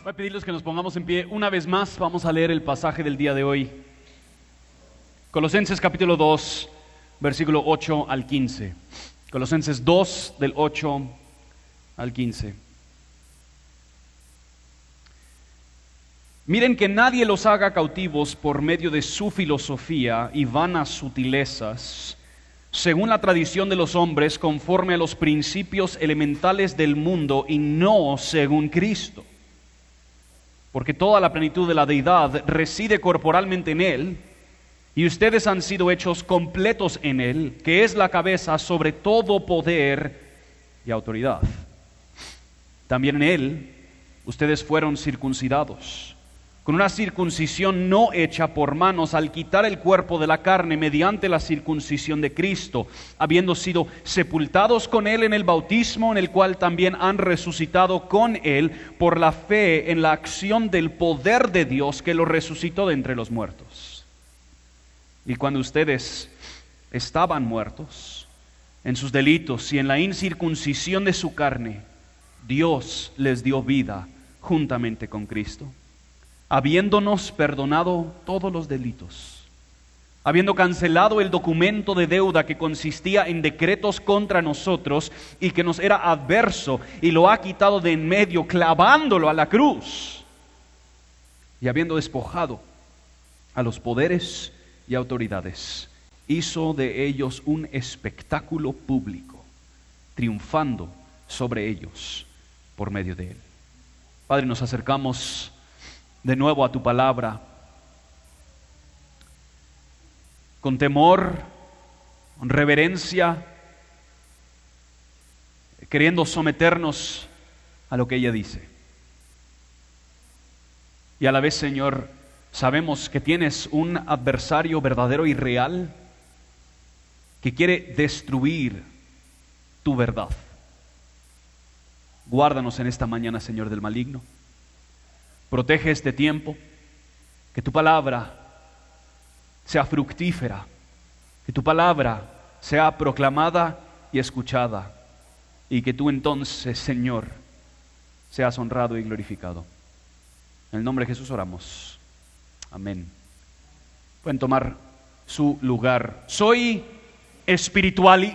Voy a pedirles que nos pongamos en pie una vez más. Vamos a leer el pasaje del día de hoy. Colosenses capítulo 2, versículo 8 al 15. Colosenses 2, del 8 al 15. Miren que nadie los haga cautivos por medio de su filosofía y vanas sutilezas, según la tradición de los hombres, conforme a los principios elementales del mundo y no según Cristo. Porque toda la plenitud de la deidad reside corporalmente en Él, y ustedes han sido hechos completos en Él, que es la cabeza sobre todo poder y autoridad. También en Él ustedes fueron circuncidados, con una circuncisión no hecha por manos, al quitar el cuerpo de la carne mediante la circuncisión de Cristo, habiendo sido sepultados con Él en el bautismo, en el cual también han resucitado con Él por la fe en la acción del poder de Dios que lo resucitó de entre los muertos. Y cuando ustedes estaban muertos en sus delitos y en la incircuncisión de su carne, Dios les dio vida juntamente con Cristo, habiéndonos perdonado todos los delitos, habiendo cancelado el documento de deuda que consistía en decretos contra nosotros y que nos era adverso, y lo ha quitado de en medio, clavándolo a la cruz, y habiendo despojado a los poderes y autoridades, hizo de ellos un espectáculo público, triunfando sobre ellos por medio de él. Padre, nos acercamos de nuevo a tu palabra, con temor, con reverencia, queriendo someternos a lo que ella dice. Y a la vez, Señor, sabemos que tienes un adversario verdadero y real que quiere destruir tu verdad. Guárdanos en esta mañana, Señor, del maligno. Protege este tiempo, que tu palabra sea fructífera, que tu palabra sea proclamada y escuchada, y que tú entonces, Señor, seas honrado y glorificado. En el nombre de Jesús oramos. Amén. Pueden tomar su lugar. Soy espiritual,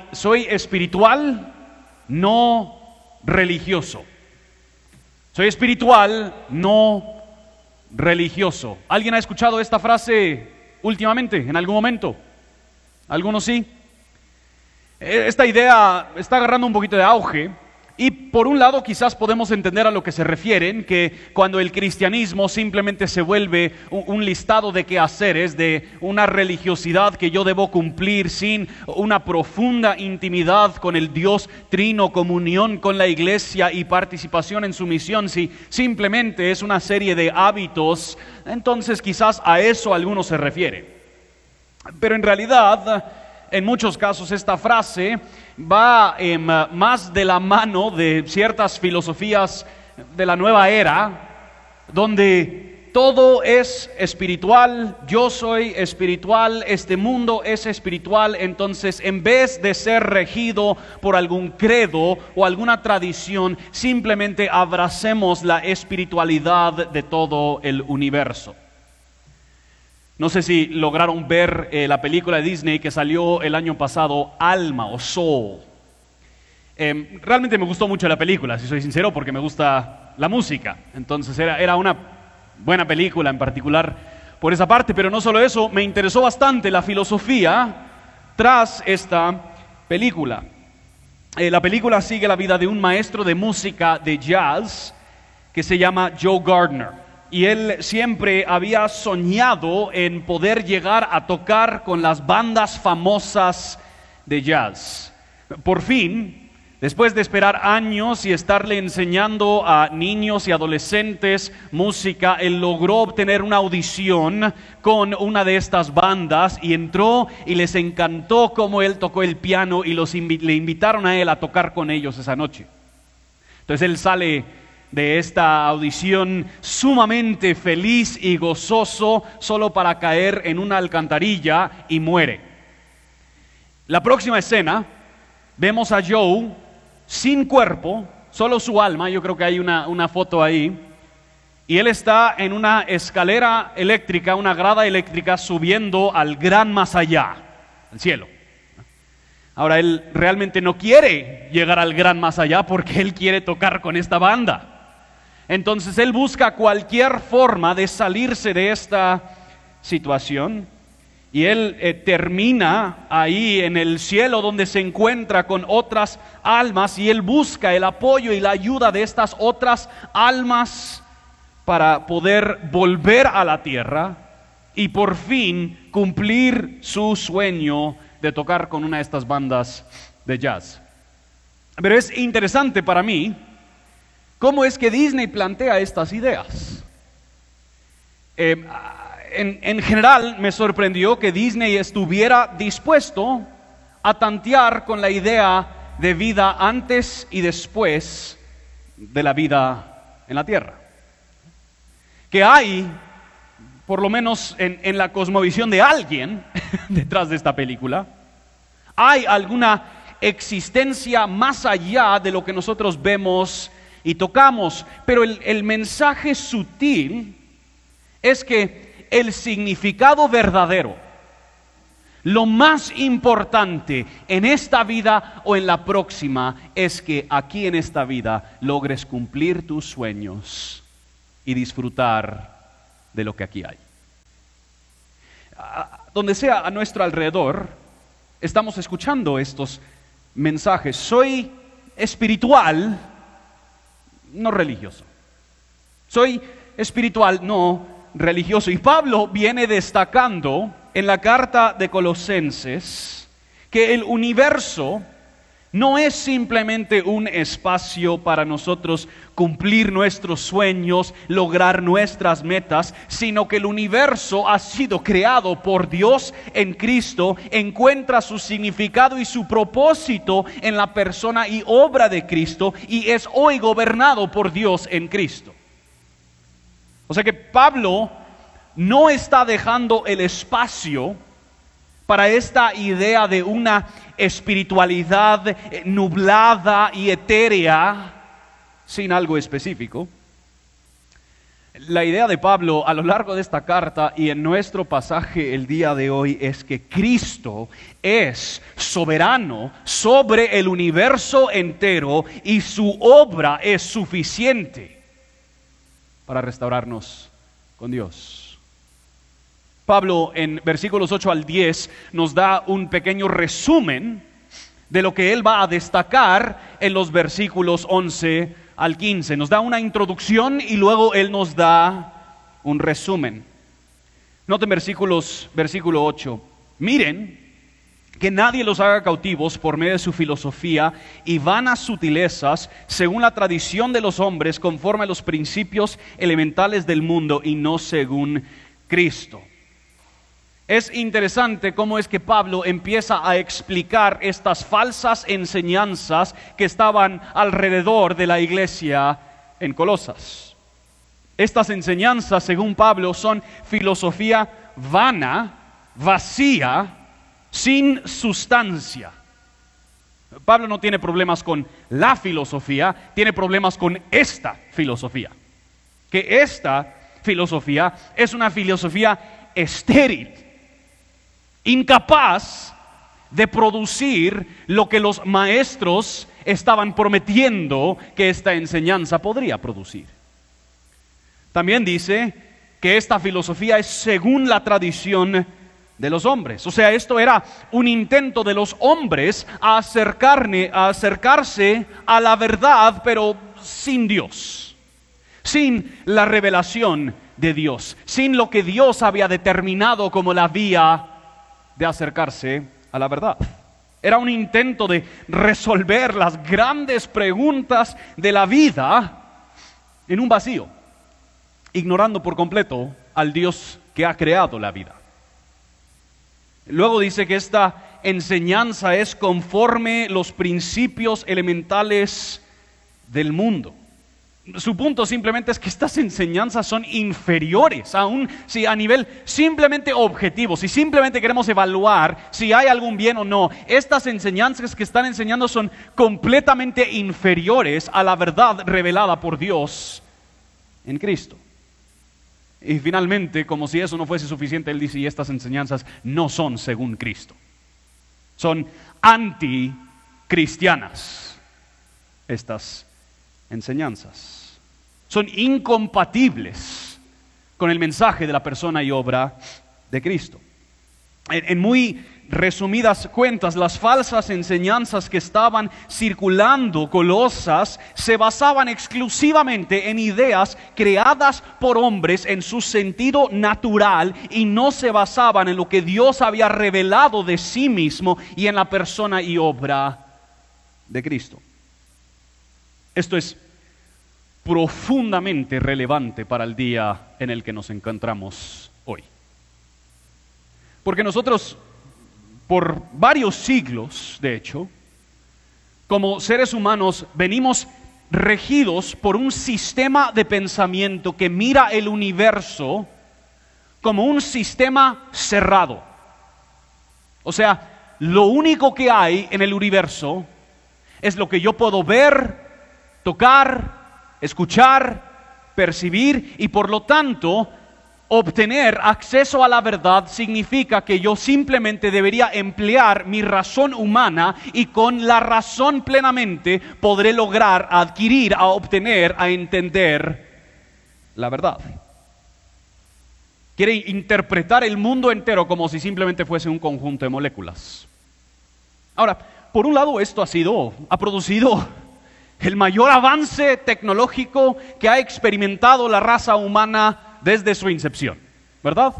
no religioso. Soy espiritual, no religioso. ¿Alguien ha escuchado esta frase últimamente, en algún momento? ¿Algunos sí? Esta idea está agarrando un poquito de auge. Y por un lado quizás podemos entender a lo que se refieren, que cuando el cristianismo simplemente se vuelve un listado de quehaceres, de una religiosidad que yo debo cumplir sin una profunda intimidad con el Dios Trino, comunión con la iglesia y participación en su misión, si simplemente es una serie de hábitos, entonces quizás a eso alguno se refiere. Pero en realidad, en muchos casos esta frase va más de la mano de ciertas filosofías de la nueva era, donde todo es espiritual, yo soy espiritual, este mundo es espiritual. Entonces, en vez de ser regido por algún credo o alguna tradición, simplemente abracemos la espiritualidad de todo el universo. No sé si lograron ver la película de Disney que salió el año pasado, Alma o Soul. Realmente me gustó mucho la película, si soy sincero, porque me gusta la música. Entonces era una buena película en particular por esa parte, pero no solo eso, me interesó bastante la filosofía tras esta película. La película sigue la vida de un maestro de música de jazz que se llama Joe Gardner. Y él siempre había soñado en poder llegar a tocar con las bandas famosas de jazz. Por fin, después de esperar años y estarle enseñando a niños y adolescentes música, él logró obtener una audición con una de estas bandas y entró y les encantó cómo él tocó el piano y le invitaron a él a tocar con ellos esa noche. Entonces él sale de esta audición sumamente feliz y gozoso, solo para caer en una alcantarilla y muere. La próxima escena, vemos a Joe sin cuerpo, solo su alma. Yo creo que hay una foto ahí, y él está en una escalera eléctrica, una grada eléctrica, subiendo al gran más allá, al cielo. Ahora, él realmente no quiere llegar al gran más allá porque él quiere tocar con esta banda. Entonces él busca cualquier forma de salirse de esta situación y él termina ahí en el cielo donde se encuentra con otras almas y él busca el apoyo y la ayuda de estas otras almas para poder volver a la tierra y por fin cumplir su sueño de tocar con una de estas bandas de jazz. Pero es interesante para mí cómo es que Disney plantea estas ideas. En general me sorprendió que Disney estuviera dispuesto a tantear con la idea de vida antes y después de la vida en la tierra. Que hay, por lo menos en la cosmovisión de alguien detrás de esta película, hay alguna existencia más allá de lo que nosotros vemos y tocamos, pero el mensaje sutil es que el significado verdadero, lo más importante en esta vida o en la próxima, es que aquí en esta vida logres cumplir tus sueños y disfrutar de lo que aquí hay. Donde sea a nuestro alrededor, estamos escuchando estos mensajes. Soy espiritual, no religioso. Soy espiritual, no religioso. Y Pablo viene destacando en la carta de Colosenses que el universo no es simplemente un espacio para nosotros cumplir nuestros sueños, lograr nuestras metas, sino que el universo ha sido creado por Dios en Cristo, encuentra su significado y su propósito en la persona y obra de Cristo y es hoy gobernado por Dios en Cristo. O sea que Pablo no está dejando el espacio para esta idea de una espiritualidad nublada y etérea sin algo específico. La idea de Pablo a lo largo de esta carta y en nuestro pasaje el día de hoy es que Cristo es soberano sobre el universo entero y su obra es suficiente para restaurarnos con Dios. Pablo en versículos 8 al 10 nos da un pequeño resumen de lo que él va a destacar en los versículos 11 al 15. Nos da una introducción y luego él nos da un resumen. Noten versículo 8. Miren que nadie los haga cautivos por medio de su filosofía y vanas sutilezas, según la tradición de los hombres, conforme a los principios elementales del mundo y no según Cristo. Es interesante cómo es que Pablo empieza a explicar estas falsas enseñanzas que estaban alrededor de la iglesia en Colosas. Estas enseñanzas, según Pablo, son filosofía vana, vacía, sin sustancia. Pablo no tiene problemas con la filosofía, tiene problemas con esta filosofía. Que esta filosofía es una filosofía estéril, incapaz de producir lo que los maestros estaban prometiendo que esta enseñanza podría producir. También dice que esta filosofía es según la tradición de los hombres. O sea, esto era un intento de los hombres a acercarse a la verdad, pero sin Dios, sin la revelación de Dios, sin lo que Dios había determinado como la vía de acercarse a la verdad. Era un intento de resolver las grandes preguntas de la vida en un vacío, ignorando por completo al Dios que ha creado la vida. Luego dice que esta enseñanza es conforme los principios elementales del mundo. Su punto simplemente es que estas enseñanzas son inferiores, aún si a nivel simplemente objetivo, si simplemente queremos evaluar si hay algún bien o no, estas enseñanzas que están enseñando son completamente inferiores a la verdad revelada por Dios en Cristo. Y finalmente, como si eso no fuese suficiente, él dice, y estas enseñanzas no son según Cristo. Son anticristianas estas enseñanzas. Son incompatibles con el mensaje de la persona y obra de Cristo. En muy resumidas cuentas, las falsas enseñanzas que estaban circulando Colosas se basaban exclusivamente en ideas creadas por hombres en su sentido natural y no se basaban en lo que Dios había revelado de sí mismo y en la persona y obra de Cristo. Esto es profundamente relevante para el día en el que nos encontramos hoy. Porque nosotros, por varios siglos, de hecho, como seres humanos, venimos regidos por un sistema de pensamiento que mira el universo como un sistema cerrado. O sea, lo único que hay en el universo es lo que yo puedo ver, tocar, escuchar, percibir, y por lo tanto, obtener acceso a la verdad significa que yo simplemente debería emplear mi razón humana y con la razón plenamente podré lograr adquirir, a obtener, a entender la verdad. Quiere interpretar el mundo entero como si simplemente fuese un conjunto de moléculas. Ahora, por un lado esto ha producido el mayor avance tecnológico que ha experimentado la raza humana desde su incepción, ¿verdad?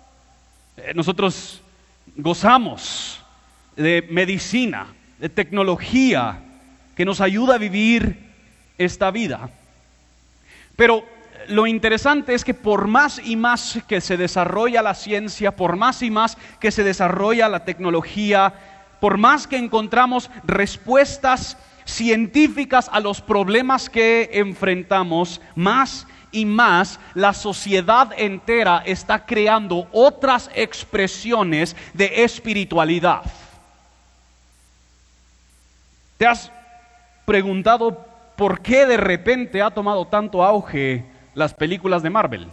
Nosotros gozamos de medicina, de tecnología que nos ayuda a vivir esta vida. Pero lo interesante es que por más y más que se desarrolla la ciencia, por más y más que se desarrolla la tecnología, por más que encontramos respuestas científicas a los problemas que enfrentamos, más y más la sociedad entera está creando otras expresiones de espiritualidad. ¿Te has preguntado por qué de repente ha tomado tanto auge las películas de Marvel?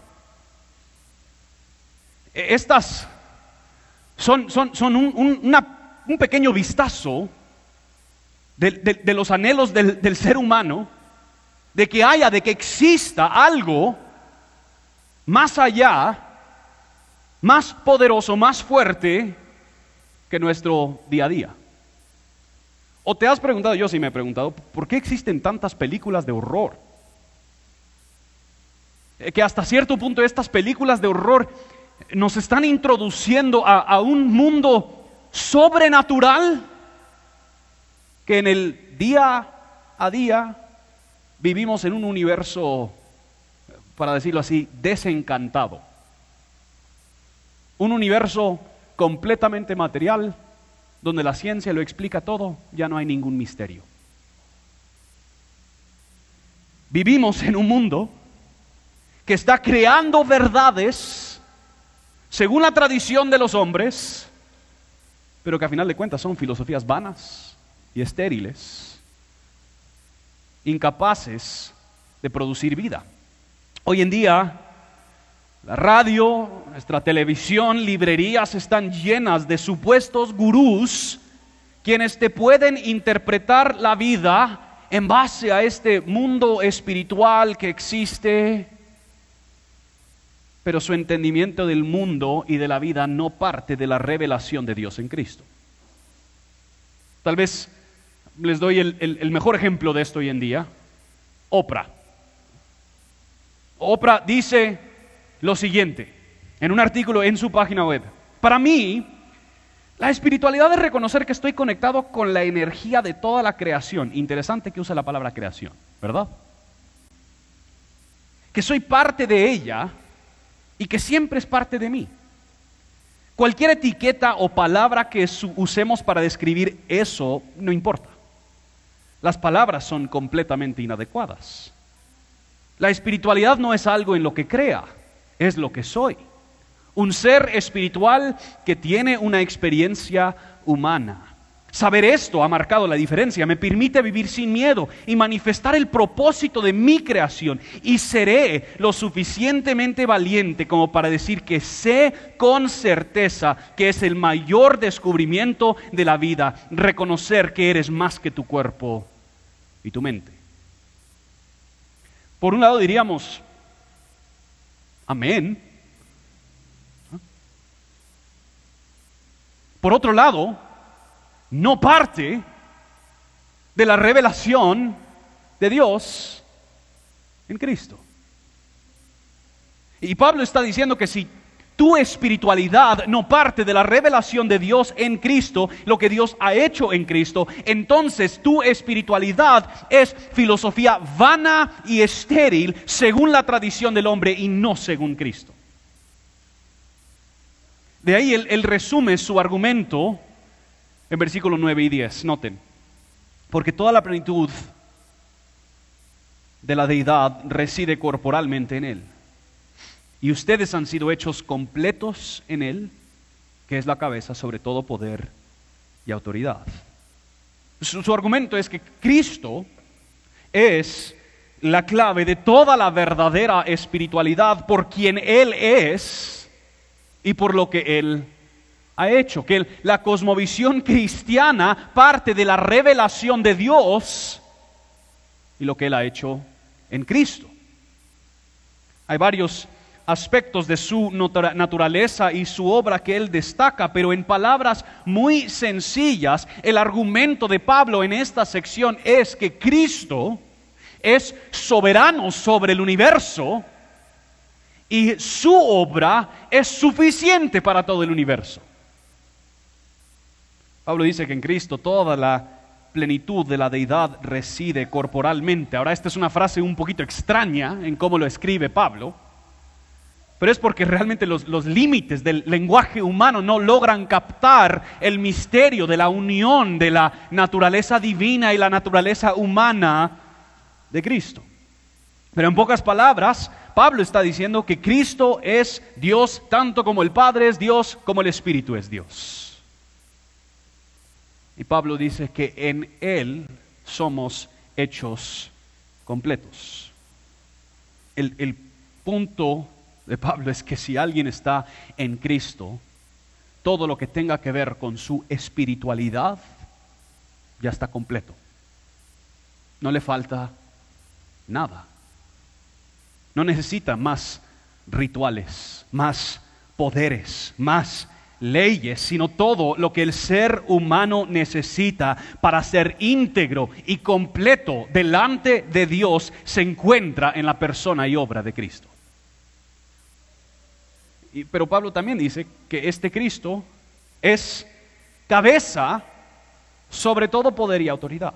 Estas son un pequeño vistazo de los anhelos del ser humano, de que exista algo más allá, más poderoso, más fuerte que nuestro día a día. ¿O te has preguntado, yo sí me he preguntado, por qué existen tantas películas de horror? Que hasta cierto punto estas películas de horror nos están introduciendo a un mundo sobrenatural que en el día a día vivimos en un universo, para decirlo así, desencantado. Un universo completamente material, donde la ciencia lo explica todo, ya no hay ningún misterio. Vivimos en un mundo que está creando verdades según la tradición de los hombres, pero que a final de cuentas son filosofías vanas y estériles, incapaces de producir vida. Hoy en día, la radio, nuestra televisión, librerías están llenas de supuestos gurús, quienes te pueden interpretar la vida en base a este mundo espiritual que existe, pero su entendimiento del mundo y de la vida no parte de la revelación de Dios en Cristo. Tal vez les doy el mejor ejemplo de esto hoy en día. Oprah. Oprah dice lo siguiente en un artículo en su página web: para mí, la espiritualidad es reconocer que estoy conectado con la energía de toda la creación. Interesante que use la palabra creación, ¿verdad? Que soy parte de ella y que siempre es parte de mí. Cualquier etiqueta o palabra que usemos para describir eso no importa. Las palabras son completamente inadecuadas. La espiritualidad no es algo en lo que crea, es lo que soy. Un ser espiritual que tiene una experiencia humana. Saber esto ha marcado la diferencia, me permite vivir sin miedo y manifestar el propósito de mi creación, y seré lo suficientemente valiente como para decir que sé con certeza que es el mayor descubrimiento de la vida, reconocer que eres más que tu cuerpo y tu mente. Por un lado diríamos, amén. Por otro lado, no parte de la revelación de Dios en Cristo. Y Pablo está diciendo que si tu espiritualidad no parte de la revelación de Dios en Cristo, lo que Dios ha hecho en Cristo, entonces tu espiritualidad es filosofía vana y estéril según la tradición del hombre y no según Cristo. De ahí él resume su argumento en versículos 9 y 10, noten, porque toda la plenitud de la deidad reside corporalmente en Él, y ustedes han sido hechos completos en Él, que es la cabeza sobre todo poder y autoridad. Su argumento es que Cristo es la clave de toda la verdadera espiritualidad, por quien Él es y por lo que Él ha hecho, que la cosmovisión cristiana parte de la revelación de Dios y lo que Él ha hecho en Cristo. Hay varios aspectos de su naturaleza y su obra que Él destaca, pero en palabras muy sencillas, el argumento de Pablo en esta sección es que Cristo es soberano sobre el universo y su obra es suficiente para todo el universo. Pablo dice que en Cristo toda la plenitud de la deidad reside corporalmente. Ahora, esta es una frase un poquito extraña en cómo lo escribe Pablo, pero es porque realmente los límites del lenguaje humano no logran captar el misterio de la unión de la naturaleza divina y la naturaleza humana de Cristo. Pero en pocas palabras, Pablo está diciendo que Cristo es Dios tanto como el Padre es Dios, como el Espíritu es Dios. Y Pablo dice que en Él somos hechos completos. El punto de Pablo es que si alguien está en Cristo, todo lo que tenga que ver con su espiritualidad ya está completo. No le falta nada. No necesita más rituales, más poderes, más leyes, sino todo lo que el ser humano necesita para ser íntegro y completo delante de Dios se encuentra en la persona y obra de Cristo. Pero Pablo también dice que este Cristo es cabeza sobre todo poder y autoridad.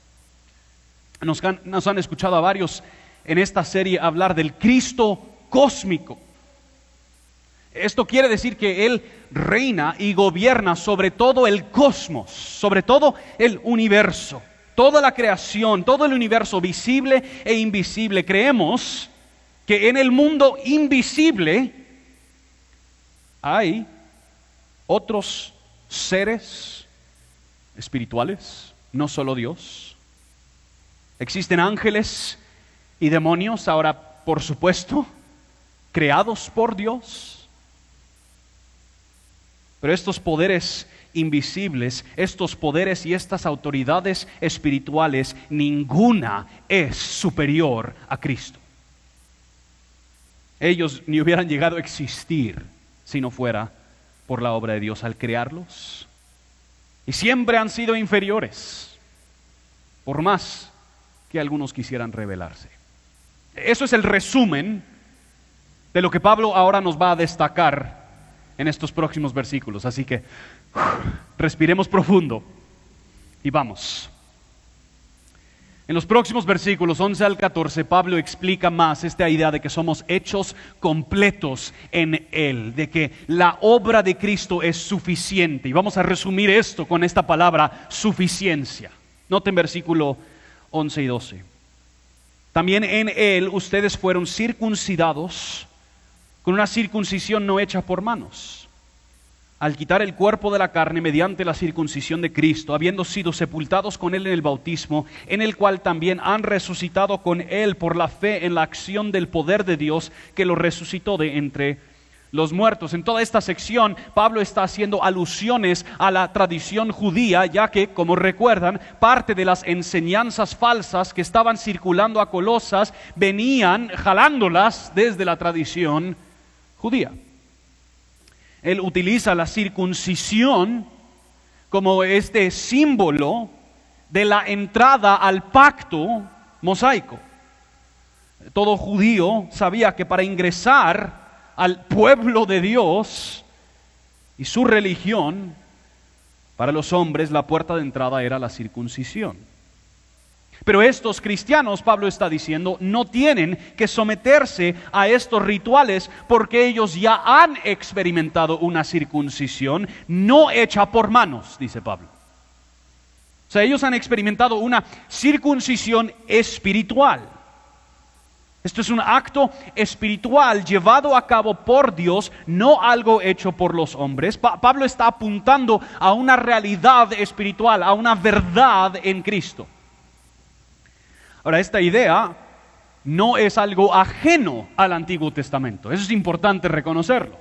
Nos han escuchado a varios en esta serie hablar del Cristo cósmico. Esto quiere decir que Él reina y gobierna sobre todo el cosmos, sobre todo el universo, toda la creación, todo el universo visible e invisible. Creemos que en el mundo invisible hay otros seres espirituales, no solo Dios. Existen ángeles y demonios, ahora por supuesto, creados por Dios. Pero estos poderes invisibles, estos poderes y estas autoridades espirituales, ninguna es superior a Cristo. Ellos ni hubieran llegado a existir si no fuera por la obra de Dios al crearlos. Y siempre han sido inferiores, por más que algunos quisieran rebelarse. Eso es el resumen de lo que Pablo ahora nos va a destacar en estos próximos versículos. Así que respiremos profundo y vamos. En los próximos versículos 11 al 14, Pablo explica más esta idea de que somos hechos completos en Él, de que la obra de Cristo es suficiente. Y vamos a resumir esto con esta palabra, suficiencia. Noten versículo 11 y 12. También en Él ustedes fueron circuncidados con una circuncisión no hecha por manos, al quitar el cuerpo de la carne mediante la circuncisión de Cristo, habiendo sido sepultados con Él en el bautismo, en el cual también han resucitado con Él por la fe en la acción del poder de Dios que lo resucitó de entre los muertos. En toda esta sección, Pablo está haciendo alusiones a la tradición judía, ya que, como recuerdan, parte de las enseñanzas falsas que estaban circulando a Colosas venían jalándolas desde la tradición judía. Él utiliza la circuncisión como este símbolo de la entrada al pacto mosaico. Todo judío sabía que para ingresar al pueblo de Dios y su religión, para los hombres la puerta de entrada era la circuncisión. Pero estos cristianos, Pablo está diciendo, no tienen que someterse a estos rituales porque ellos ya han experimentado una circuncisión no hecha por manos, dice Pablo. O sea, ellos han experimentado una circuncisión espiritual. Esto es un acto espiritual llevado a cabo por Dios, no algo hecho por los hombres. Pablo está apuntando a una realidad espiritual, a una verdad en Cristo. Ahora, esta idea no es algo ajeno al Antiguo Testamento. Eso es importante reconocerlo.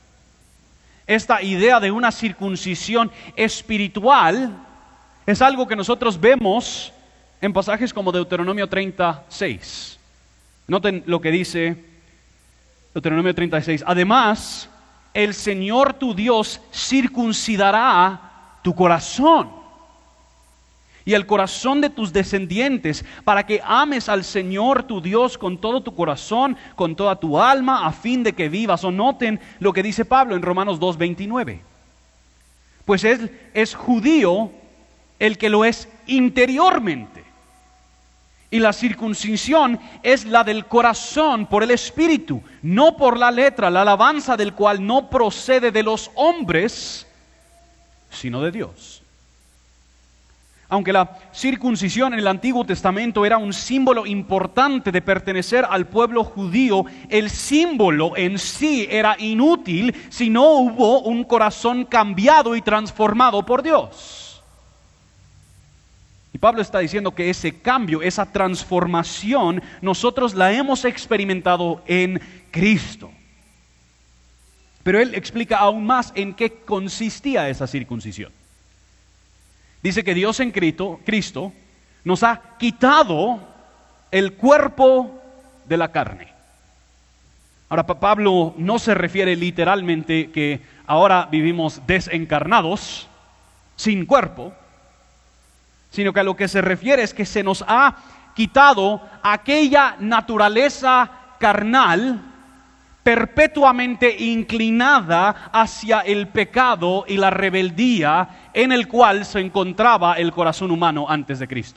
Esta idea de una circuncisión espiritual es algo que nosotros vemos en pasajes como Deuteronomio 36. Noten lo que dice Deuteronomio 36. Además, el Señor tu Dios circuncidará tu corazón y el corazón de tus descendientes, para que ames al Señor tu Dios con todo tu corazón, con toda tu alma, a fin de que vivas. O noten lo que dice Pablo en Romanos 2:29. Pues él es judío el que lo es interiormente. Y la circuncisión es la del corazón por el Espíritu, no por la letra, la alabanza del cual no procede de los hombres, sino de Dios. Aunque la circuncisión en el Antiguo Testamento era un símbolo importante de pertenecer al pueblo judío, el símbolo en sí era inútil si no hubo un corazón cambiado y transformado por Dios. Y Pablo está diciendo que ese cambio, esa transformación, nosotros la hemos experimentado en Cristo. Pero él explica aún más en qué consistía esa circuncisión. Dice que Dios en Cristo nos ha quitado el cuerpo de la carne. Ahora, Pablo no se refiere literalmente que ahora vivimos desencarnados, sin cuerpo, sino que a lo que se refiere es que se nos ha quitado aquella naturaleza carnal perpetuamente inclinada hacia el pecado y la rebeldía en el cual se encontraba el corazón humano antes de Cristo.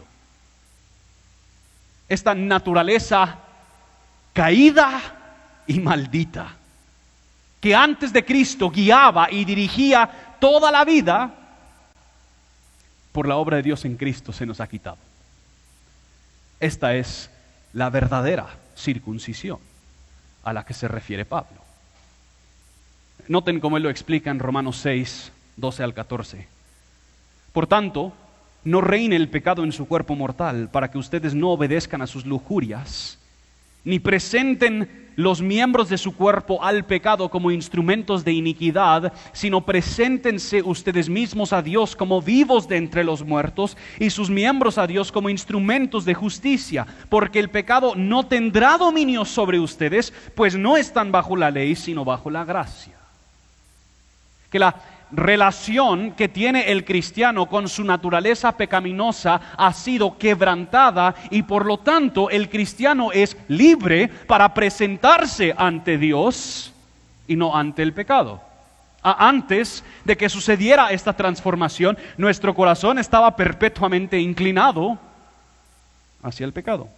Esta naturaleza caída y maldita, que antes de Cristo guiaba y dirigía toda la vida, por la obra de Dios en Cristo se nos ha quitado. Esta es la verdadera circuncisión a la que se refiere Pablo. Noten cómo él lo explica en Romanos 6, 12 al 14. Por tanto, no reine el pecado en su cuerpo mortal, para que ustedes no obedezcan a sus lujurias, ni presenten los miembros de su cuerpo al pecado como instrumentos de iniquidad, sino preséntense ustedes mismos a Dios como vivos de entre los muertos, y sus miembros a Dios como instrumentos de justicia, porque el pecado no tendrá dominio sobre ustedes, pues no están bajo la ley, sino bajo la gracia. Que la relación que tiene el cristiano con su naturaleza pecaminosa ha sido quebrantada, y por lo tanto el cristiano es libre para presentarse ante Dios y no ante el pecado. Antes de que sucediera esta transformación, nuestro corazón estaba perpetuamente inclinado hacia el pecado.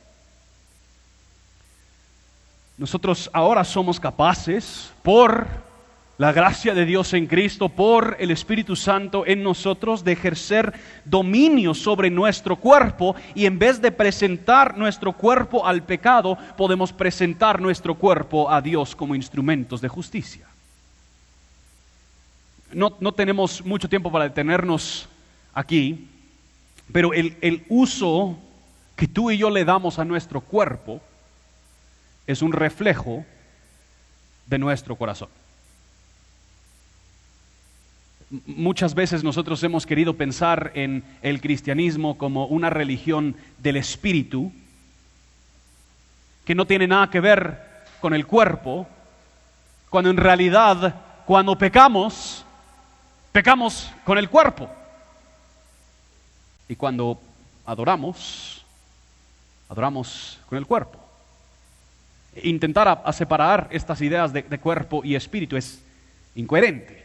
Nosotros ahora somos capaces, por la gracia de Dios en Cristo, por el Espíritu Santo en nosotros, de ejercer dominio sobre nuestro cuerpo, y en vez de presentar nuestro cuerpo al pecado, podemos presentar nuestro cuerpo a Dios como instrumentos de justicia. No tenemos mucho tiempo para detenernos aquí, pero el uso que tú y yo le damos a nuestro cuerpo es un reflejo de nuestro corazón. Muchas veces nosotros hemos querido pensar en el cristianismo como una religión del espíritu, que no tiene nada que ver con el cuerpo, cuando en realidad, cuando pecamos con el cuerpo. Y cuando adoramos con el cuerpo. Intentar a separar estas ideas de cuerpo y espíritu es incoherente.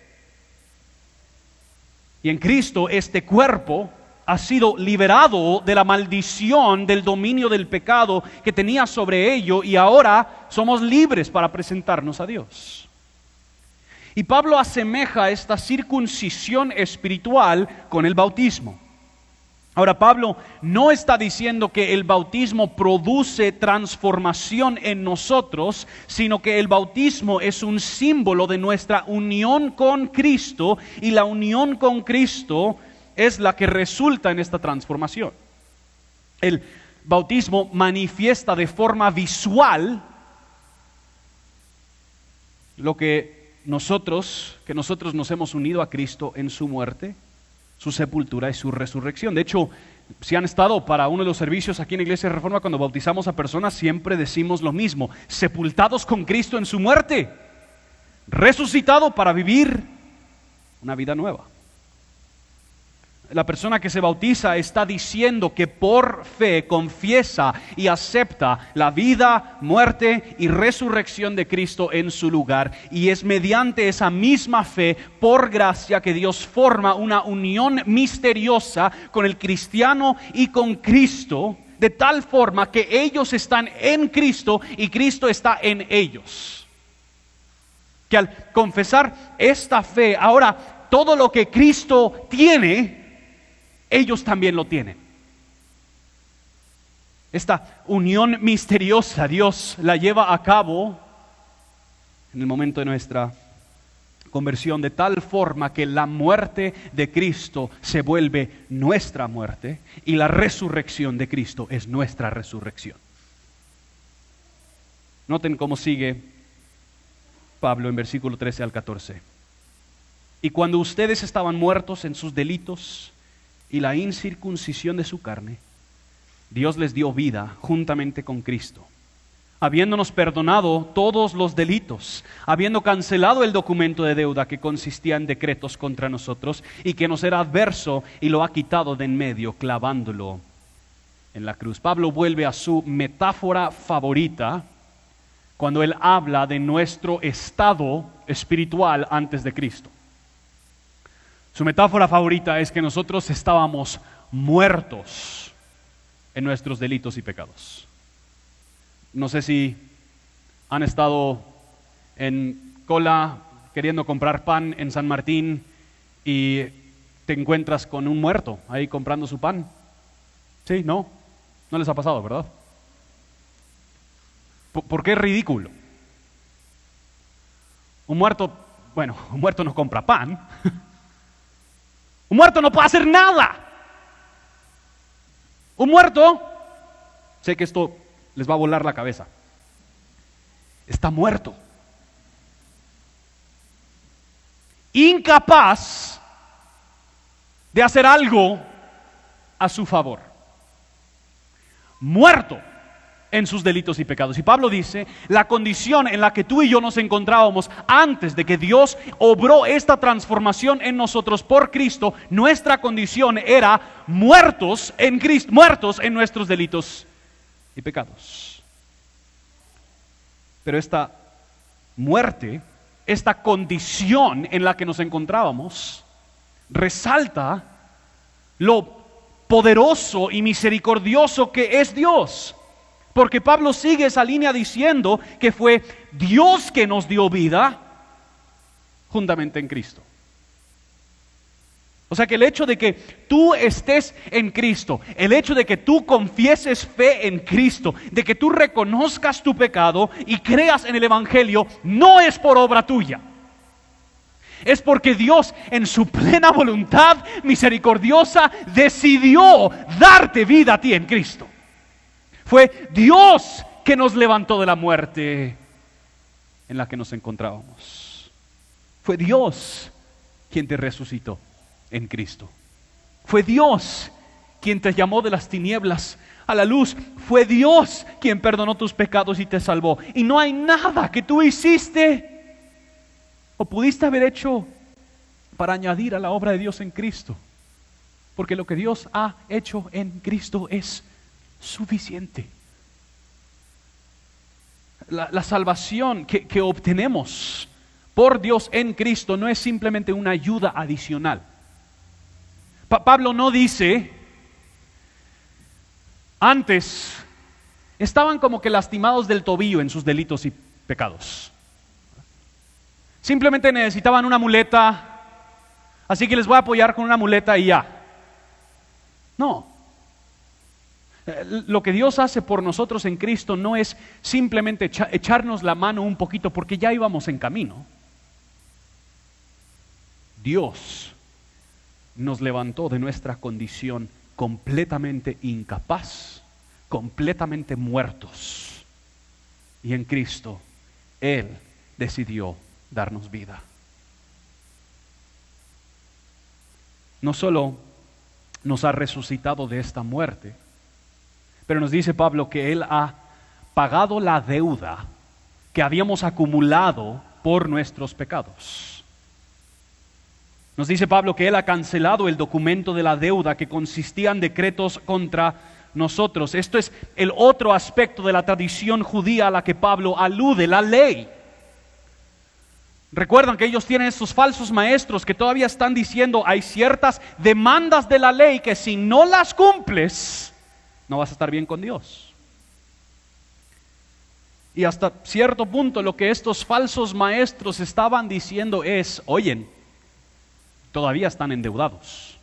Y en Cristo este cuerpo ha sido liberado de la maldición del dominio del pecado que tenía sobre ello, y ahora somos libres para presentarnos a Dios. Y Pablo asemeja esta circuncisión espiritual con el bautismo. Ahora, Pablo no está diciendo que el bautismo produce transformación en nosotros, sino que el bautismo es un símbolo de nuestra unión con Cristo, y la unión con Cristo es la que resulta en esta transformación. El bautismo manifiesta de forma visual lo que nosotros nos hemos unido a Cristo en su muerte, su sepultura y su resurrección. De hecho, si han estado para uno de los servicios aquí en Iglesia de Reforma, cuando bautizamos a personas siempre decimos lo mismo: sepultados con Cristo en su muerte, resucitado para vivir una vida nueva. La persona que se bautiza está diciendo que por fe confiesa y acepta la vida, muerte y resurrección de Cristo en su lugar, y es mediante esa misma fe, por gracia, que Dios forma una unión misteriosa con el cristiano y con Cristo, de tal forma que ellos están en Cristo y Cristo está en ellos. Que al confesar esta fe, ahora todo lo que Cristo tiene, ellos también lo tienen. Esta unión misteriosa Dios la lleva a cabo en el momento de nuestra conversión, de tal forma que la muerte de Cristo se vuelve nuestra muerte y la resurrección de Cristo es nuestra resurrección. Noten cómo sigue Pablo en versículo 13 al 14. Y cuando ustedes estaban muertos en sus delitos y la incircuncisión de su carne, Dios les dio vida juntamente con Cristo, habiéndonos perdonado todos los delitos, habiendo cancelado el documento de deuda que consistía en decretos contra nosotros y que nos era adverso, y lo ha quitado de en medio, clavándolo en la cruz. Pablo vuelve a su metáfora favorita cuando él habla de nuestro estado espiritual antes de Cristo. Su metáfora favorita es que nosotros estábamos muertos en nuestros delitos y pecados. No sé si han estado en cola queriendo comprar pan en San Martín y te encuentras con un muerto ahí comprando su pan. ¿Sí? ¿No? No les ha pasado, ¿verdad? ¿Por qué es ridículo? Un muerto no compra pan. Un muerto no puede hacer nada. Un muerto, sé que esto les va a volar la cabeza, está muerto. Incapaz de hacer algo a su favor. Muerto en sus delitos y pecados. Y Pablo dice, la condición en la que tú y yo nos encontrábamos antes de que Dios obró esta transformación en nosotros por Cristo, nuestra condición era muertos en Cristo, muertos en nuestros delitos y pecados. Pero esta muerte, esta condición en la que nos encontrábamos, resalta lo poderoso y misericordioso que es Dios. Porque Pablo sigue esa línea diciendo que fue Dios que nos dio vida juntamente en Cristo. O sea que el hecho de que tú estés en Cristo, el hecho de que tú confieses fe en Cristo, de que tú reconozcas tu pecado y creas en el Evangelio, no es por obra tuya. Es porque Dios, en su plena voluntad misericordiosa, decidió darte vida a ti en Cristo. Fue Dios que nos levantó de la muerte en la que nos encontrábamos. Fue Dios quien te resucitó en Cristo. Fue Dios quien te llamó de las tinieblas a la luz. Fue Dios quien perdonó tus pecados y te salvó. Y no hay nada que tú hiciste o pudiste haber hecho para añadir a la obra de Dios en Cristo. Porque lo que Dios ha hecho en Cristo es suficiente. La salvación que obtenemos por Dios en Cristo no es simplemente una ayuda adicional. Pablo no dice, antes estaban como que lastimados del tobillo en sus delitos y pecados. Simplemente necesitaban una muleta, así que les voy a apoyar con una muleta y ya. No. Lo que Dios hace por nosotros en Cristo no es simplemente echarnos la mano un poquito porque ya íbamos en camino. Dios nos levantó de nuestra condición completamente incapaz, completamente muertos. Y en Cristo, Él decidió darnos vida. No solo nos ha resucitado de esta muerte, pero nos dice Pablo que Él ha pagado la deuda que habíamos acumulado por nuestros pecados. Nos dice Pablo que Él ha cancelado el documento de la deuda que consistía en decretos contra nosotros. Esto es el otro aspecto de la tradición judía a la que Pablo alude, la ley. Recuerdan que ellos tienen estos falsos maestros que todavía están diciendo hay ciertas demandas de la ley que si no las cumples, no vas a estar bien con Dios. Y hasta cierto punto lo que estos falsos maestros estaban diciendo es, oyen, todavía están endeudados.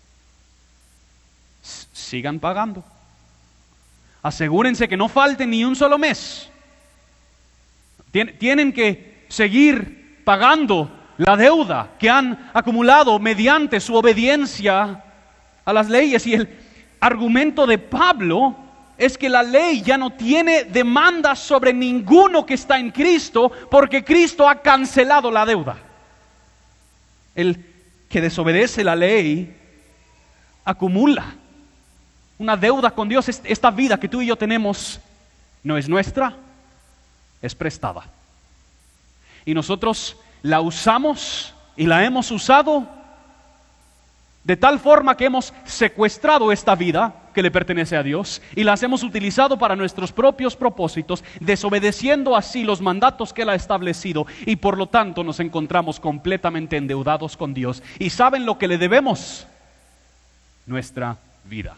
Sigan pagando. Asegúrense que no falte ni un solo mes. Tienen que seguir pagando la deuda que han acumulado mediante su obediencia a las leyes. Y el argumento de Pablo es que la ley ya no tiene demandas sobre ninguno que está en Cristo, porque Cristo ha cancelado la deuda. El que desobedece la ley acumula una deuda con Dios. Esta vida que tú y yo tenemos no es nuestra, es prestada. Y nosotros la usamos y la hemos usado de tal forma que hemos secuestrado esta vida que le pertenece a Dios y las hemos utilizado para nuestros propios propósitos, desobedeciendo así los mandatos que Él ha establecido, y por lo tanto nos encontramos completamente endeudados con Dios. ¿Y saben lo que le debemos? Nuestra vida.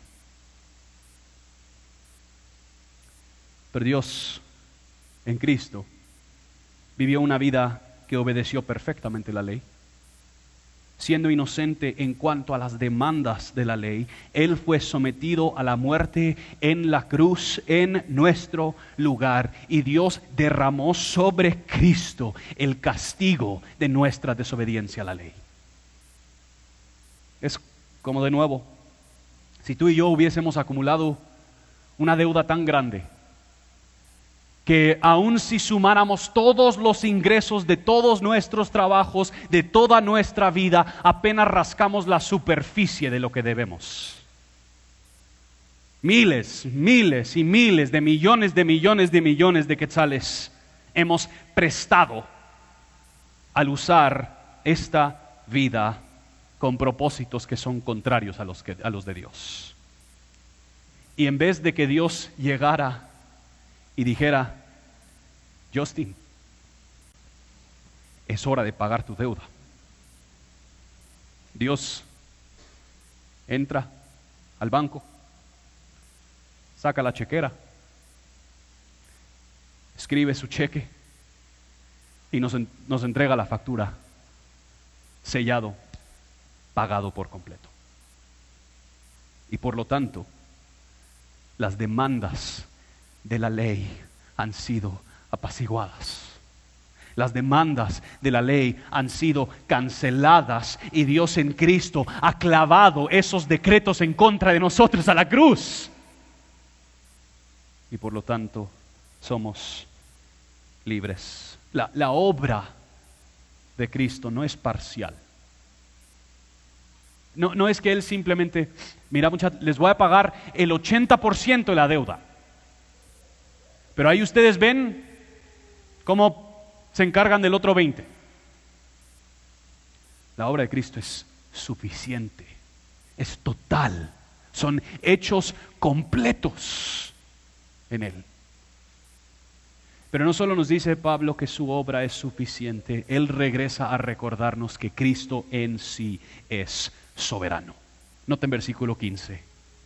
Pero Dios en Cristo vivió una vida que obedeció perfectamente la ley. Siendo inocente en cuanto a las demandas de la ley, Él fue sometido a la muerte en la cruz en nuestro lugar, y Dios derramó sobre Cristo el castigo de nuestra desobediencia a la ley. Es como, de nuevo, si tú y yo hubiésemos acumulado una deuda tan grande que aun si sumáramos todos los ingresos de todos nuestros trabajos, de toda nuestra vida, apenas rascamos la superficie de lo que debemos. Miles y miles de millones de quetzales hemos prestado al usar esta vida con propósitos que son contrarios a los de Dios. Y en vez de que Dios llegara y dijera, Justin, es hora de pagar tu deuda, Dios entra al banco, saca la chequera, escribe su cheque y nos entrega la factura, sellado, pagado por completo. Y por lo tanto, las demandas de la ley han sido apaciguadas. Las demandas de la ley han sido canceladas y Dios en Cristo ha clavado esos decretos en contra de nosotros a la cruz. Y por lo tanto somos libres. La obra de Cristo no es parcial. No es que Él simplemente, mira muchachos, les voy a pagar el 80% de la deuda. Pero ahí ustedes ven cómo se encargan del otro 20%. La obra de Cristo es suficiente, es total. Son hechos completos en Él. Pero no solo nos dice Pablo que su obra es suficiente, Él regresa a recordarnos que Cristo en sí es soberano. Noten versículo 15.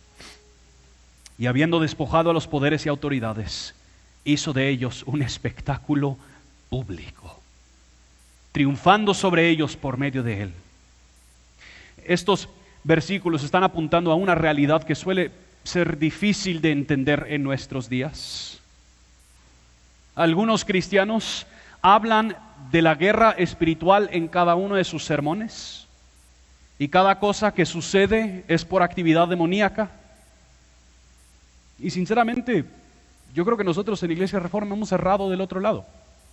Y habiendo despojado a los poderes y autoridades, hizo de ellos un espectáculo público, triunfando sobre ellos por medio de Él. Estos versículos están apuntando a una realidad que suele ser difícil de entender en nuestros días. Algunos cristianos hablan de la guerra espiritual en cada uno de sus sermones, y cada cosa que sucede es por actividad demoníaca. Y sinceramente, yo creo que nosotros en la Iglesia Reforma hemos errado del otro lado.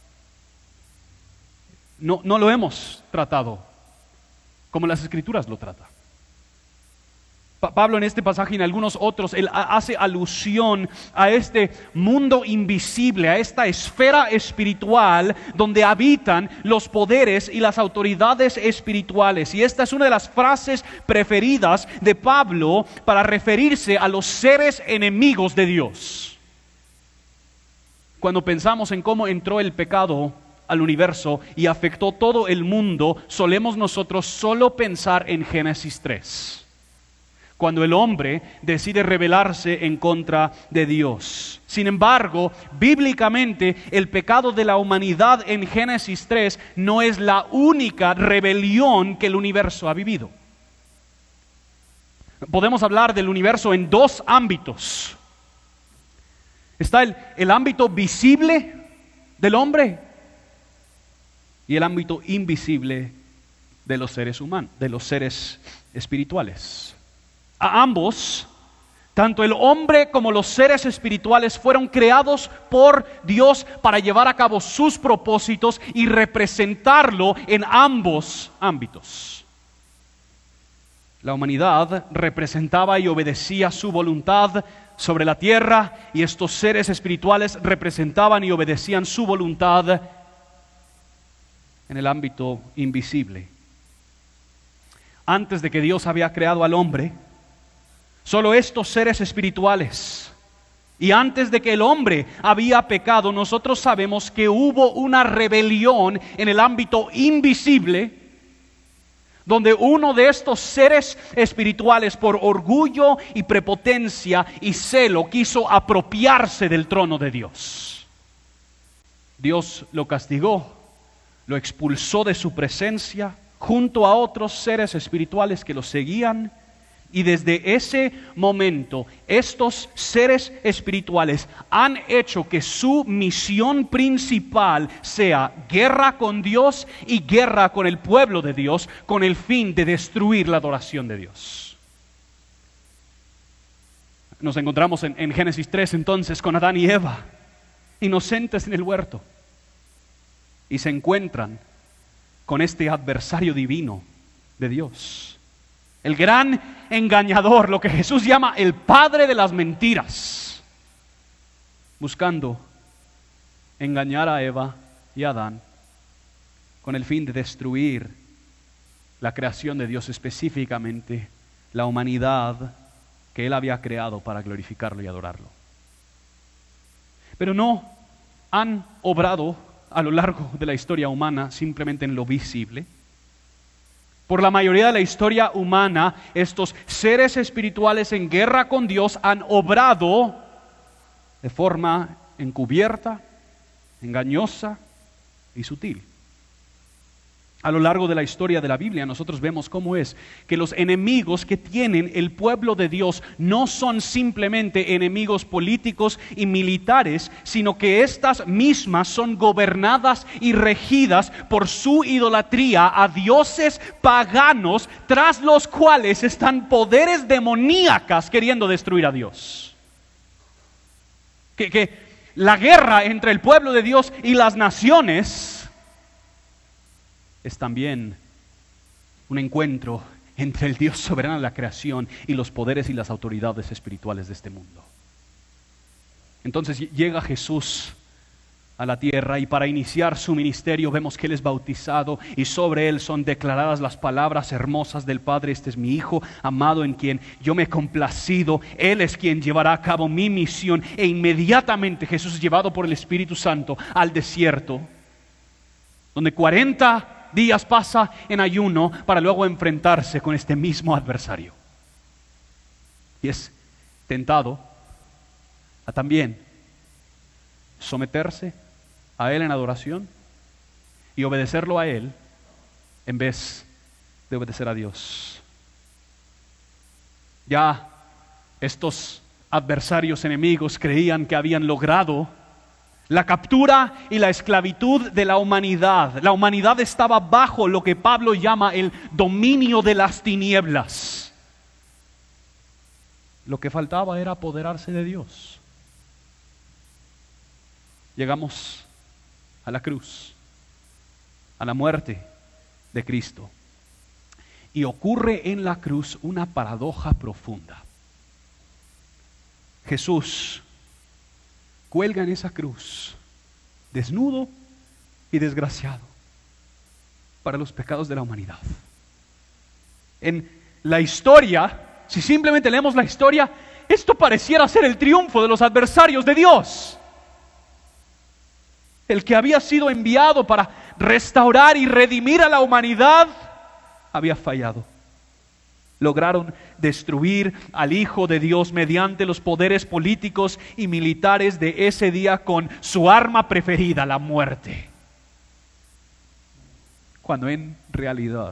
No lo hemos tratado como las Escrituras lo tratan. Pablo en este pasaje y en algunos otros, él hace alusión a este mundo invisible, a esta esfera espiritual donde habitan los poderes y las autoridades espirituales. Y esta es una de las frases preferidas de Pablo para referirse a los seres enemigos de Dios. Cuando pensamos en cómo entró el pecado al universo y afectó todo el mundo, solemos nosotros solo pensar en Génesis 3. Cuando el hombre decide rebelarse en contra de Dios. Sin embargo, bíblicamente, el pecado de la humanidad en Génesis 3 no es la única rebelión que el universo ha vivido. Podemos hablar del universo en dos ámbitos. Está el ámbito visible del hombre y el ámbito invisible de los seres humanos, de los seres espirituales. A ambos, tanto el hombre como los seres espirituales fueron creados por Dios para llevar a cabo sus propósitos y representarlo en ambos ámbitos. La humanidad representaba y obedecía su voluntad sobre la tierra, y estos seres espirituales representaban y obedecían su voluntad en el ámbito invisible. Antes de que Dios había creado al hombre, solo estos seres espirituales, y antes de que el hombre había pecado, nosotros sabemos que hubo una rebelión en el ámbito invisible, donde uno de estos seres espirituales, por orgullo y prepotencia y celo, quiso apropiarse del trono de Dios. Dios lo castigó, lo expulsó de su presencia, junto a otros seres espirituales que lo seguían. Y desde ese momento, estos seres espirituales han hecho que su misión principal sea guerra con Dios y guerra con el pueblo de Dios, con el fin de destruir la adoración de Dios. Nos encontramos en Génesis 3 entonces con Adán y Eva, inocentes en el huerto, y se encuentran con este adversario divino de Dios. El gran engañador, lo que Jesús llama el padre de las mentiras, buscando engañar a Eva y a Adán con el fin de destruir la creación de Dios, específicamente la humanidad que Él había creado para glorificarlo y adorarlo. Pero no han obrado a lo largo de la historia humana simplemente en lo visible. Por la mayoría de la historia humana, estos seres espirituales en guerra con Dios han obrado de forma encubierta, engañosa y sutil. A lo largo de la historia de la Biblia nosotros vemos cómo es que los enemigos que tienen el pueblo de Dios no son simplemente enemigos políticos y militares, sino que estas mismas son gobernadas y regidas por su idolatría a dioses paganos, tras los cuales están poderes demoníacas queriendo destruir a Dios. Que la guerra entre el pueblo de Dios y las naciones es también un encuentro entre el Dios soberano de la creación y los poderes y las autoridades espirituales de este mundo. Entonces llega Jesús a la tierra y para iniciar su ministerio vemos que Él es bautizado y sobre Él son declaradas las palabras hermosas del Padre: este es mi Hijo amado en quien yo me he complacido, Él es quien llevará a cabo mi misión. E inmediatamente Jesús es llevado por el Espíritu Santo al desierto, donde 40 días pasa en ayuno para luego enfrentarse con este mismo adversario. Y es tentado a también someterse a Él en adoración y obedecerlo a Él en vez de obedecer a Dios. Ya estos adversarios enemigos creían que habían logrado la captura y la esclavitud de la humanidad. La humanidad estaba bajo lo que Pablo llama el dominio de las tinieblas. Lo que faltaba era apoderarse de Dios. Llegamos a la cruz, a la muerte de Cristo. Y ocurre en la cruz una paradoja profunda. Jesús cuelga en esa cruz, desnudo y desgraciado, para los pecados de la humanidad. En la historia, si simplemente leemos la historia, esto pareciera ser el triunfo de los adversarios de Dios. El que había sido enviado para restaurar y redimir a la humanidad había fallado. Lograron destruir al Hijo de Dios mediante los poderes políticos y militares de ese día con su arma preferida, la muerte. Cuando en realidad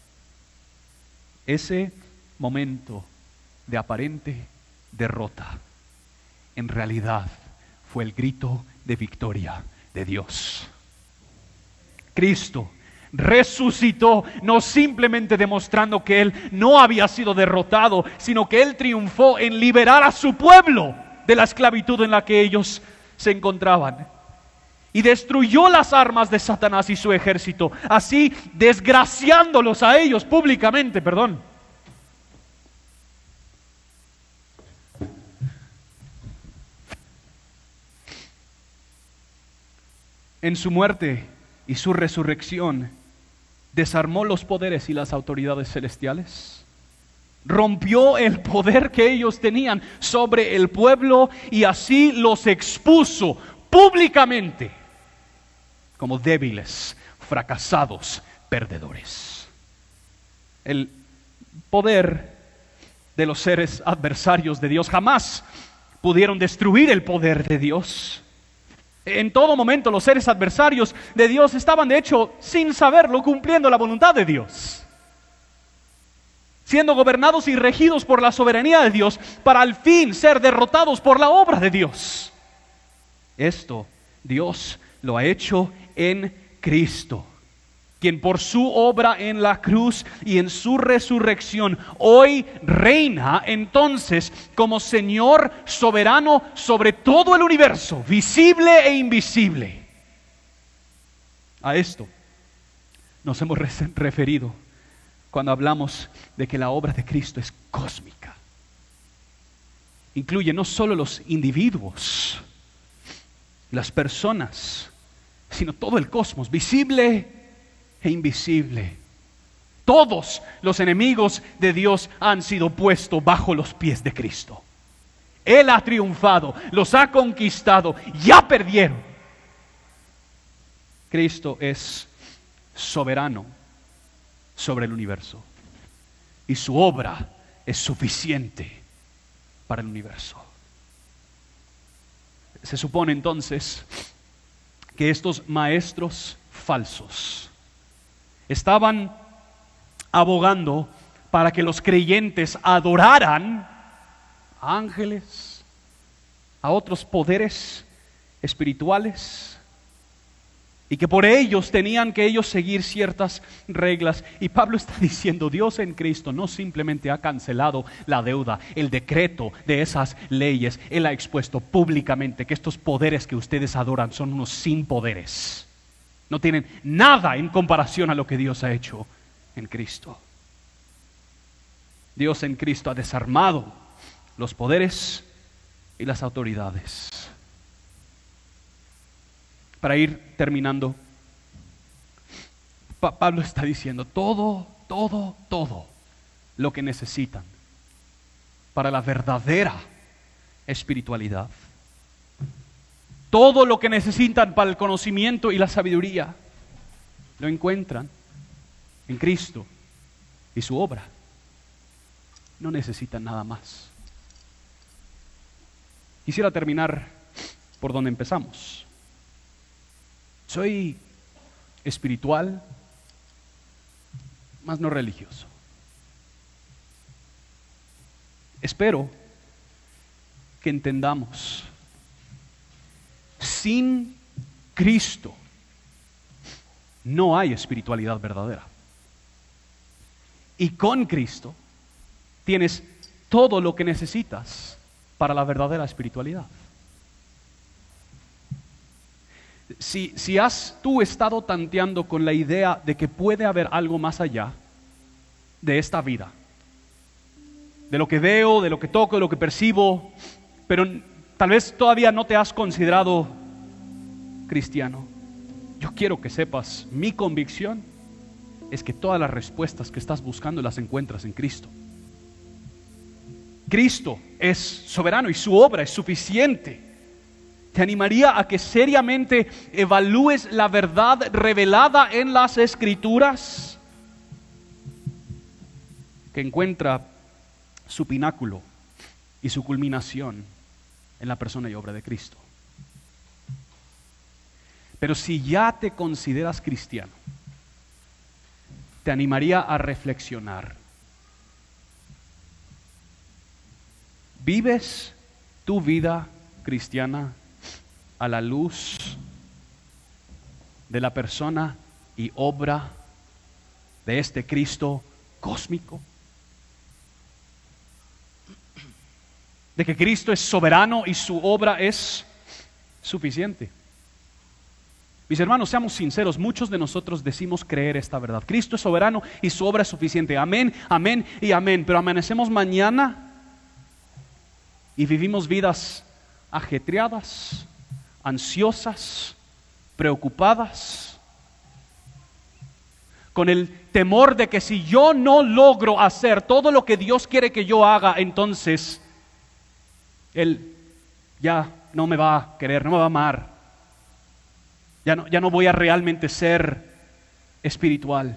ese momento de aparente derrota, en realidad fue el grito de victoria de Dios. Cristo resucitó, no simplemente demostrando que Él no había sido derrotado, sino que Él triunfó en liberar a su pueblo de la esclavitud en la que ellos se encontraban. Y destruyó las armas de Satanás y su ejército, así desgraciándolos a ellos públicamente, En su muerte y su resurrección, desarmó los poderes y las autoridades celestiales, rompió el poder que ellos tenían sobre el pueblo y así los expuso públicamente como débiles, fracasados, perdedores. El poder de los seres adversarios de Dios jamás pudieron destruir el poder de Dios. En todo momento los seres adversarios de Dios estaban, de hecho, sin saberlo, cumpliendo la voluntad de Dios, siendo gobernados y regidos por la soberanía de Dios para al fin ser derrotados por la obra de Dios. Esto Dios lo ha hecho en Cristo, quien por su obra en la cruz y en su resurrección hoy reina entonces como Señor soberano sobre todo el universo, visible e invisible. A esto nos hemos referido cuando hablamos de que la obra de Cristo es cósmica. Incluye no solo los individuos, las personas, sino todo el cosmos, visible e invisible. Todos los enemigos de Dios han sido puestos bajo los pies de Cristo. Él ha triunfado, los ha conquistado, ya perdieron. Cristo es soberano sobre el universo y su obra es suficiente para el universo. Se supone entonces que estos maestros falsos, estaban abogando para que los creyentes adoraran a ángeles, a otros poderes espirituales, y que por ellos tenían que ellos seguir ciertas reglas. Y Pablo está diciendo, Dios en Cristo no simplemente ha cancelado la deuda, el decreto de esas leyes. Él ha expuesto públicamente que estos poderes que ustedes adoran son unos sin poderes. No tienen nada en comparación a lo que Dios ha hecho en Cristo. Dios en Cristo ha desarmado los poderes y las autoridades. Para ir terminando, Pablo está diciendo todo lo que necesitan para la verdadera espiritualidad. Todo lo que necesitan para el conocimiento y la sabiduría lo encuentran en Cristo y su obra. No necesitan nada más. Quisiera terminar por donde empezamos. Soy espiritual, mas no religioso. Espero que entendamos, sin Cristo no hay espiritualidad verdadera. Y con Cristo tienes todo lo que necesitas para la verdadera espiritualidad. Si has tú estado tanteando con la idea de que puede haber algo más allá de esta vida, de lo que veo, de lo que toco, de lo que percibo, pero tal vez todavía no te has considerado cristiano, yo quiero que sepas, mi convicción es que todas las respuestas que estás buscando las encuentras en Cristo. Cristo es soberano y su obra es suficiente. Te animaría a que seriamente evalúes la verdad revelada en las Escrituras, que encuentra su pináculo y su culminación en la persona y obra de Cristo. Pero si ya te consideras cristiano, te animaría a reflexionar. ¿Vives tu vida cristiana a la luz de la persona y obra de este Cristo cósmico? De que Cristo es soberano y su obra es suficiente. Mis hermanos, seamos sinceros, muchos de nosotros decimos creer esta verdad. Cristo es soberano y su obra es suficiente. Amén, amén y amén. Pero amanecemos mañana y vivimos vidas ajetreadas, ansiosas, preocupadas, con el temor de que si yo no logro hacer todo lo que Dios quiere que yo haga, entonces Él ya no me va a querer, no me va a amar. Ya no voy a realmente ser espiritual.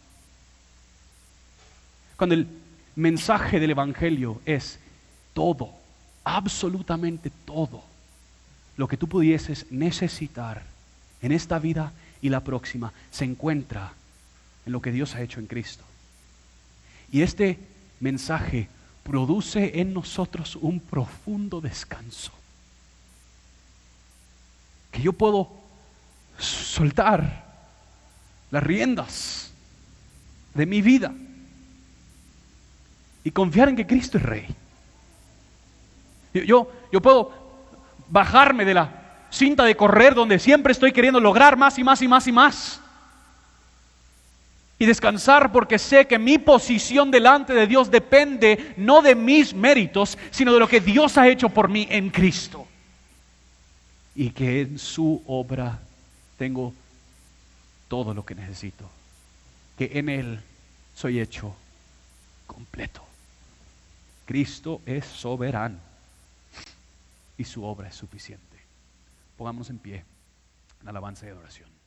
Cuando el mensaje del Evangelio es todo, absolutamente todo lo que tú pudieses necesitar en esta vida y la próxima, se encuentra en lo que Dios ha hecho en Cristo. Y este mensaje produce en nosotros un profundo descanso, que yo puedo soltar las riendas de mi vida y confiar en que Cristo es Rey. Yo puedo bajarme de la cinta de correr donde siempre estoy queriendo lograr más y más y más y más, y descansar porque sé que mi posición delante de Dios depende no de mis méritos, sino de lo que Dios ha hecho por mí en Cristo, y que en su obra tengo todo lo que necesito, que en Él soy hecho completo. Cristo es soberano y su obra es suficiente. Pongámonos en pie en alabanza y adoración.